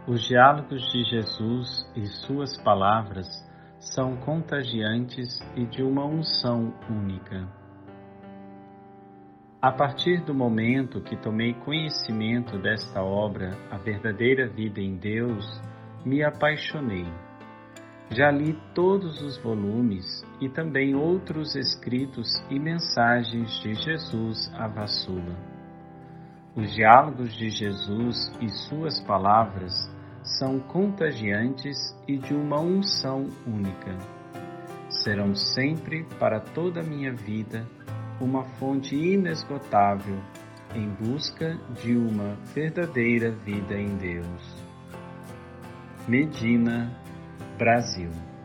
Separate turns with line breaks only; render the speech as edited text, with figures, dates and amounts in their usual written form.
Os diálogos de Jesus e suas palavras são contagiantes e de uma unção única. A partir do momento que tomei conhecimento desta obra, A Verdadeira Vida em Deus, me apaixonei. Já li todos os volumes e também outros escritos e mensagens de Jesus à Vassula. Os diálogos de Jesus e suas palavras são contagiantes e de uma unção única. Serão sempre, para toda a minha vida, uma fonte inesgotável em busca de uma verdadeira vida em Deus. Medina, Brasil.